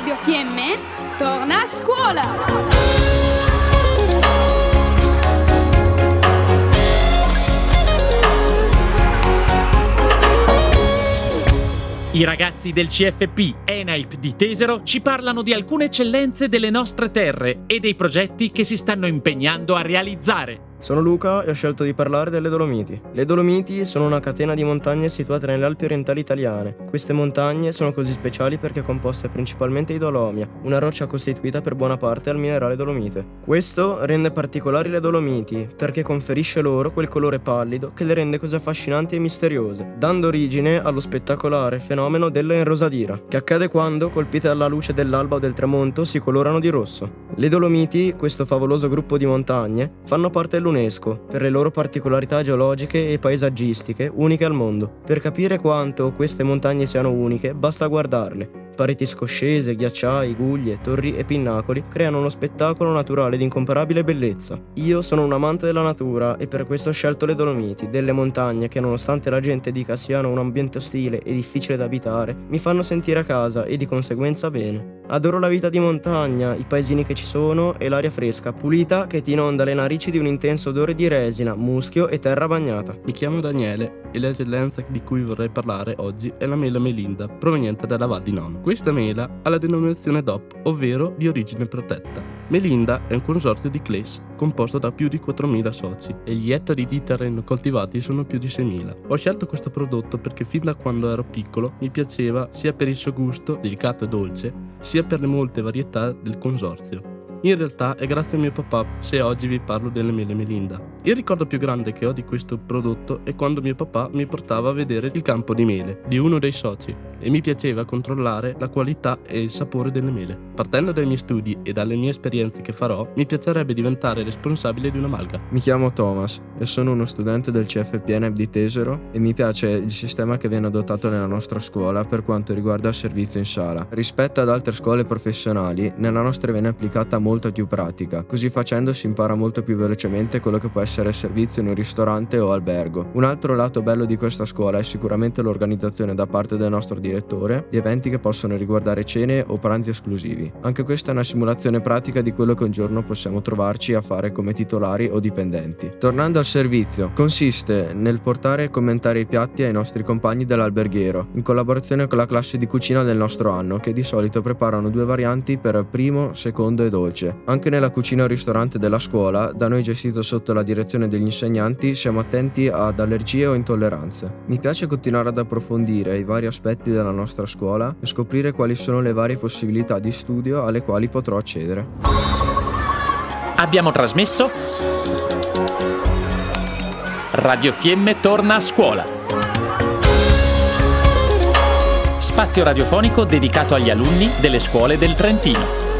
Radio Fiemme torna a scuola! I ragazzi del CFP ENAIP di Tesero ci parlano di alcune eccellenze delle nostre terre e dei progetti che si stanno impegnando a realizzare. Sono Luca e ho scelto di parlare delle Dolomiti. Le Dolomiti sono una catena di montagne situate nelle Alpi orientali italiane. Queste montagne sono così speciali perché composte principalmente di dolomia, una roccia costituita per buona parte al minerale dolomite. Questo rende particolari le Dolomiti perché conferisce loro quel colore pallido che le rende così affascinanti e misteriose, dando origine allo spettacolare fenomeno della inrosadira, che accade quando, colpite dalla luce dell'alba o del tramonto, si colorano di rosso. Le Dolomiti, questo favoloso gruppo di montagne, fanno parte dell'UNESCO per le loro particolarità geologiche e paesaggistiche uniche al mondo. Per capire quanto queste montagne siano uniche, basta guardarle. Pareti scoscese, ghiacciai, guglie, torri e pinnacoli creano uno spettacolo naturale di incomparabile bellezza. Io sono un amante della natura e per questo ho scelto le Dolomiti, delle montagne che, nonostante la gente dica siano un ambiente ostile e difficile da abitare, mi fanno sentire a casa e di conseguenza bene. Adoro la vita di montagna, i paesini che ci sono e l'aria fresca, pulita, che ti inonda le narici di un intenso odore di resina, muschio e terra bagnata. Mi chiamo Daniele e l'eccellenza di cui vorrei parlare oggi è la mela Melinda, proveniente dalla Val di Non. Questa mela ha la denominazione DOP, ovvero di origine protetta. Melinda è un consorzio di CLES composto da più di 4.000 soci e gli ettari di terreno coltivati sono più di 6.000. Ho scelto questo prodotto perché fin da quando ero piccolo mi piaceva sia per il suo gusto, delicato e dolce, sia per le molte varietà del consorzio. In realtà è grazie a mio papà se oggi vi parlo delle mele Melinda. Il ricordo più grande che ho di questo prodotto è quando mio papà mi portava a vedere il campo di mele di uno dei soci e mi piaceva controllare la qualità e il sapore delle mele. Partendo dai miei studi e dalle mie esperienze che farò, mi piacerebbe diventare responsabile di una malga. Mi chiamo Thomas e sono uno studente del CFP ENAIP di Tesero e mi piace il sistema che viene adottato nella nostra scuola per quanto riguarda il servizio in sala. Rispetto ad altre scuole professionali, nella nostra viene applicata molta più pratica, così facendo si impara molto più velocemente quello che può essere il servizio in un ristorante o albergo. Un altro lato bello di questa scuola è sicuramente l'organizzazione da parte del nostro direttore di eventi che possono riguardare cene o pranzi esclusivi. Anche questa è una simulazione pratica di quello che un giorno possiamo trovarci a fare come titolari o dipendenti. Tornando al servizio, consiste nel portare e commentare i piatti ai nostri compagni dell'alberghiero, in collaborazione con la classe di cucina del nostro anno, che di solito preparano 2 varianti per primo, secondo e dolce. Anche nella cucina o ristorante della scuola, da noi gestito sotto la direzione degli insegnanti, siamo attenti ad allergie o intolleranze. Mi piace continuare ad approfondire i vari aspetti della nostra scuola e scoprire quali sono le varie possibilità di studio alle quali potrò accedere. Abbiamo trasmesso Radio Fiemme torna a scuola. Spazio radiofonico dedicato agli alunni delle scuole del Trentino.